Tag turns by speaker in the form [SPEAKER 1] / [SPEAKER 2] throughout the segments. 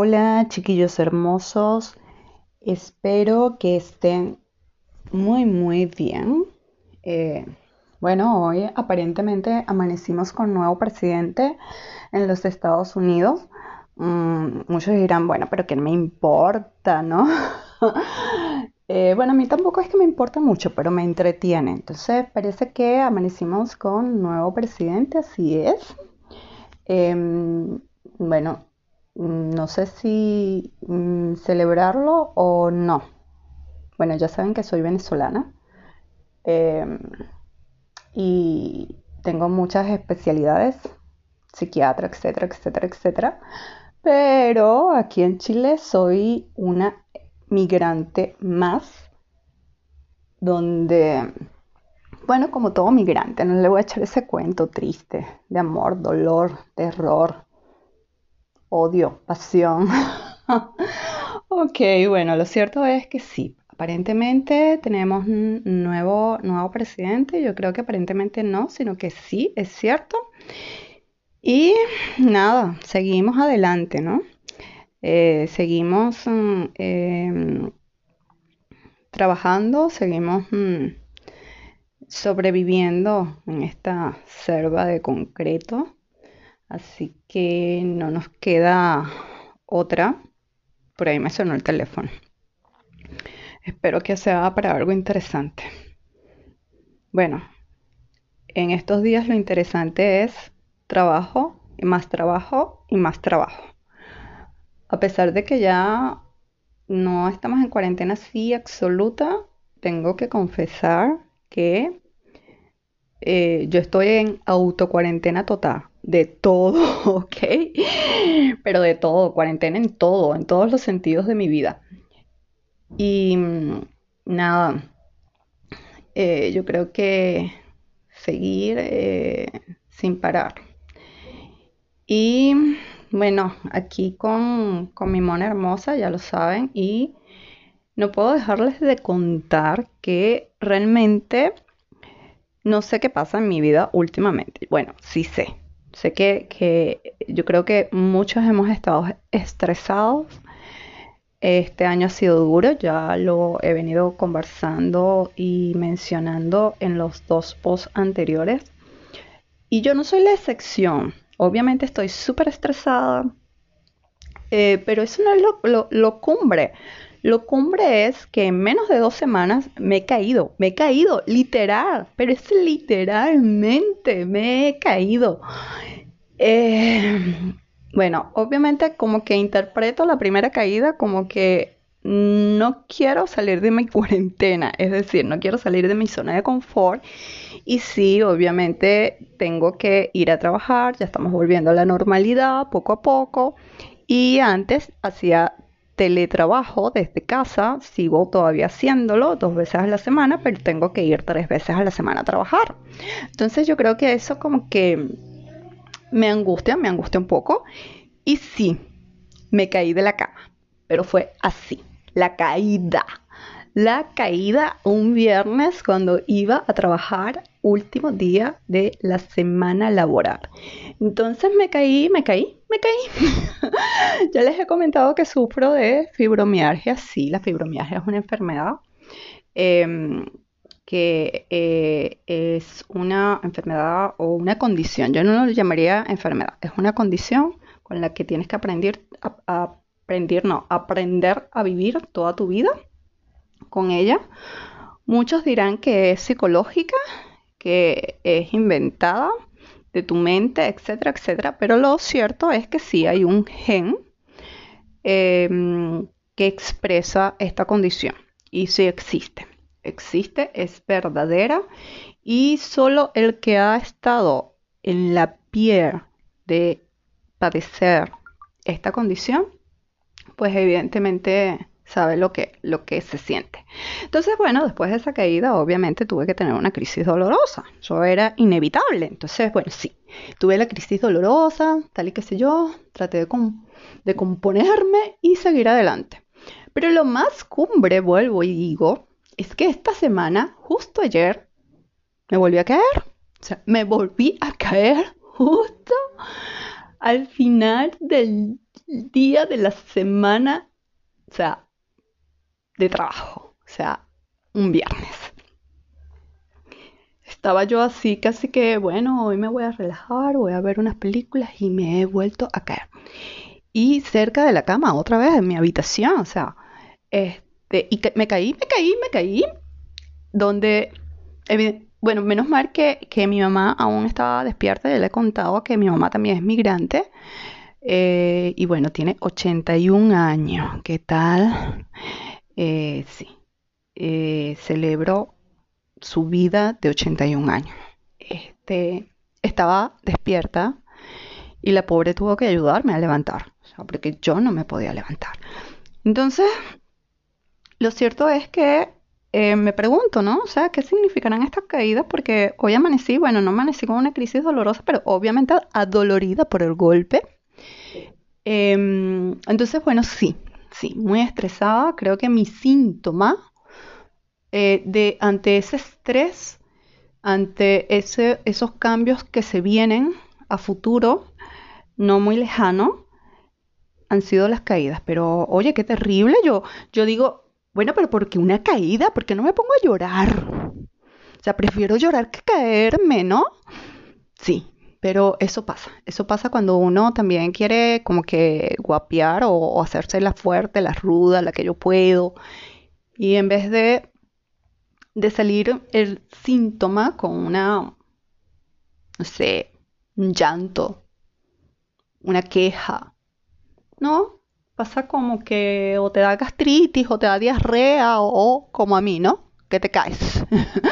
[SPEAKER 1] Hola chiquillos hermosos, espero que estén muy bien. Eh, Hoy aparentemente amanecimos con nuevo presidente en los Estados Unidos. Muchos dirán, bueno, pero ¿qué me importa, no? A mí tampoco es que me importa mucho, pero me entretiene. Entonces parece que amanecimos con nuevo presidente, así es. Em, bueno, no sé si celebrarlo o no. Bueno, ya saben que soy venezolana em, y tengo muchas especialidades, psiquiatra, etcétera, etcétera, etcétera. Pero aquí en Chile soy una migrante más, donde, bueno, como todo migrante, no le voy a echar ese cuento triste de amor, dolor, terror, odio, pasión. Ok, bueno, lo cierto es que sí. Aparentemente tenemos un nuevo presidente. Yo creo que aparentemente no, sino que sí, es cierto. Y nada, seguimos adelante, ¿no? Seguimos trabajando, seguimos sobreviviendo en esta selva de concreto. Así que no nos queda otra. Por ahí me sonó el teléfono. Espero que sea para algo interesante. Bueno, en estos días lo interesante es trabajo y más trabajo y más trabajo. A pesar de que ya no estamos en cuarentena así absoluta, tengo que confesar que yo estoy en autocuarentena total. De todo, ¿ok? Pero de todo, cuarentena en todo, en todos los sentidos de mi vida. Y nada, yo creo que seguir sin parar. Y bueno, aquí con mi mona hermosa, ya lo saben, y no puedo dejarles de contar que realmente no sé qué pasa en mi vida últimamente. Bueno, sí sé. Sé que yo creo que muchos hemos estado estresados. Este año ha sido duro, ya lo he venido conversando y mencionando en los dos posts anteriores. Y yo no soy la excepción. Obviamente estoy súper estresada, pero eso no es lo cumbre. Lo cumbre es que en menos de 2 semanas me he caído, literal, pero es literalmente, me he caído. Eh, bueno, obviamente como que interpreto la primera caída como que no quiero salir de mi cuarentena, es decir, no quiero salir de mi zona de confort y sí, obviamente tengo que ir a trabajar, ya estamos volviendo a la normalidad poco a poco y antes hacía teletrabajo desde casa, sigo todavía haciéndolo 2 veces a la semana, pero tengo que ir 3 veces a la semana a trabajar. Entonces yo creo que eso como que me angustia un poco. Y sí, me caí de la cama, pero fue así, la caída. La caída un viernes cuando iba a trabajar, último día de la semana laboral. Entonces me caí. Ya les he comentado que sufro de fibromialgia. Sí, la fibromialgia es una enfermedad eh, que es una enfermedad o una condición. Yo no lo llamaría enfermedad, es una condición con la que tienes que aprender a vivir toda tu vida con ella. Muchos dirán que es psicológica, que es inventada de tu mente, etcétera, etcétera, pero lo cierto es que sí hay un gen que expresa esta condición y sí existe, es verdadera y solo el que ha estado en la piel de padecer esta condición, pues evidentemente sabe lo que se siente. Entonces, bueno, después de esa caída, obviamente tuve que tener una crisis dolorosa. Eso era inevitable. Entonces, bueno, sí, tuve la crisis dolorosa, tal y qué sé yo, traté de componerme y seguir adelante. Pero lo más cumbre, vuelvo y digo, es que esta semana, justo ayer, me volví a caer. O sea, me volví a caer justo al final del día de la semana, o sea, de trabajo, o sea, un viernes. Estaba yo así, casi que, bueno, hoy me voy a relajar, voy a ver unas películas y me he vuelto a caer. Y cerca de la cama, otra vez, en mi habitación, o sea, me caí, donde, bueno, menos mal que mi mamá aún estaba despierta, ya le he contado que mi mamá también es migrante, y bueno, tiene 81 años, ¿qué tal? Sí, celebró su vida de 81 años. Estaba despierta y la pobre tuvo que ayudarme a levantar, o sea, porque yo no me podía levantar. Entonces, lo cierto es que me pregunto, ¿no? O sea, ¿qué significarán estas caídas? Porque hoy amanecí, bueno, no amanecí con una crisis dolorosa, pero obviamente adolorida por el golpe. Entonces, bueno, sí, muy estresada. Creo que mi síntoma ante ese estrés, ante esos cambios que se vienen a futuro, no muy lejano, han sido las caídas. Pero, oye, qué terrible. Yo digo, bueno, pero ¿por qué una caída? ¿Por qué no me pongo a llorar? O sea, prefiero llorar que caerme, ¿no? Sí, pero eso pasa cuando uno también quiere como que guapear o hacerse la fuerte, la ruda, la que yo puedo. Y en vez de salir el síntoma con una, no sé, un llanto, una queja, ¿no? Pasa como que o te da gastritis o te da diarrea o como a mí, ¿no? Que te caes.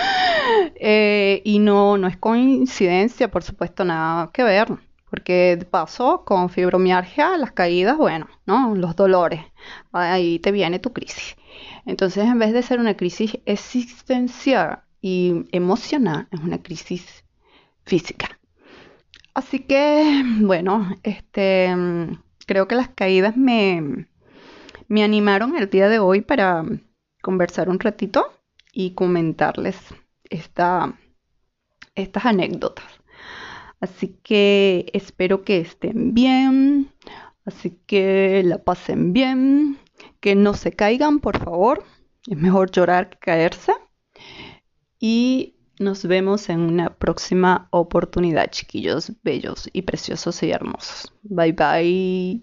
[SPEAKER 1] Y no es coincidencia, por supuesto, nada que ver. Porque de paso, con fibromialgia, las caídas, bueno, ¿no? Los dolores. Ahí te viene tu crisis. Entonces, en vez de ser una crisis existencial y emocional, es una crisis física. Así que, bueno, creo que las caídas me animaron el día de hoy para conversar un ratito y comentarles esta, estas anécdotas. Así que espero que estén bien, así que la pasen bien, que no se caigan, por favor. Es mejor llorar que caerse. Y nos vemos en una próxima oportunidad, chiquillos bellos y preciosos y hermosos. Bye bye.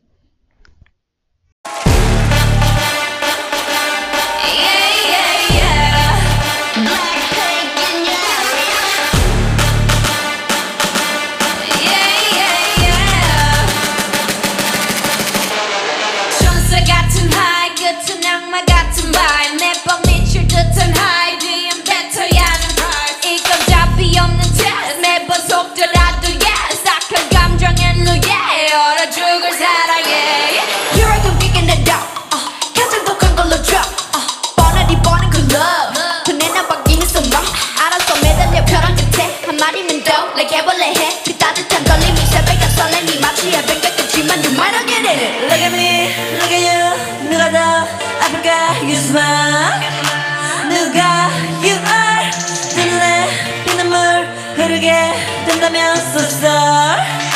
[SPEAKER 2] Like 애벌레 해 그 따뜻한 떨림이 새벽에 설렘이 마치 해변가겠지만 you might not get it. Look at me, look at you 누가 더 아플까 you smile 누가 you are 눈에 피눈물 흐르게 된다면 so sorry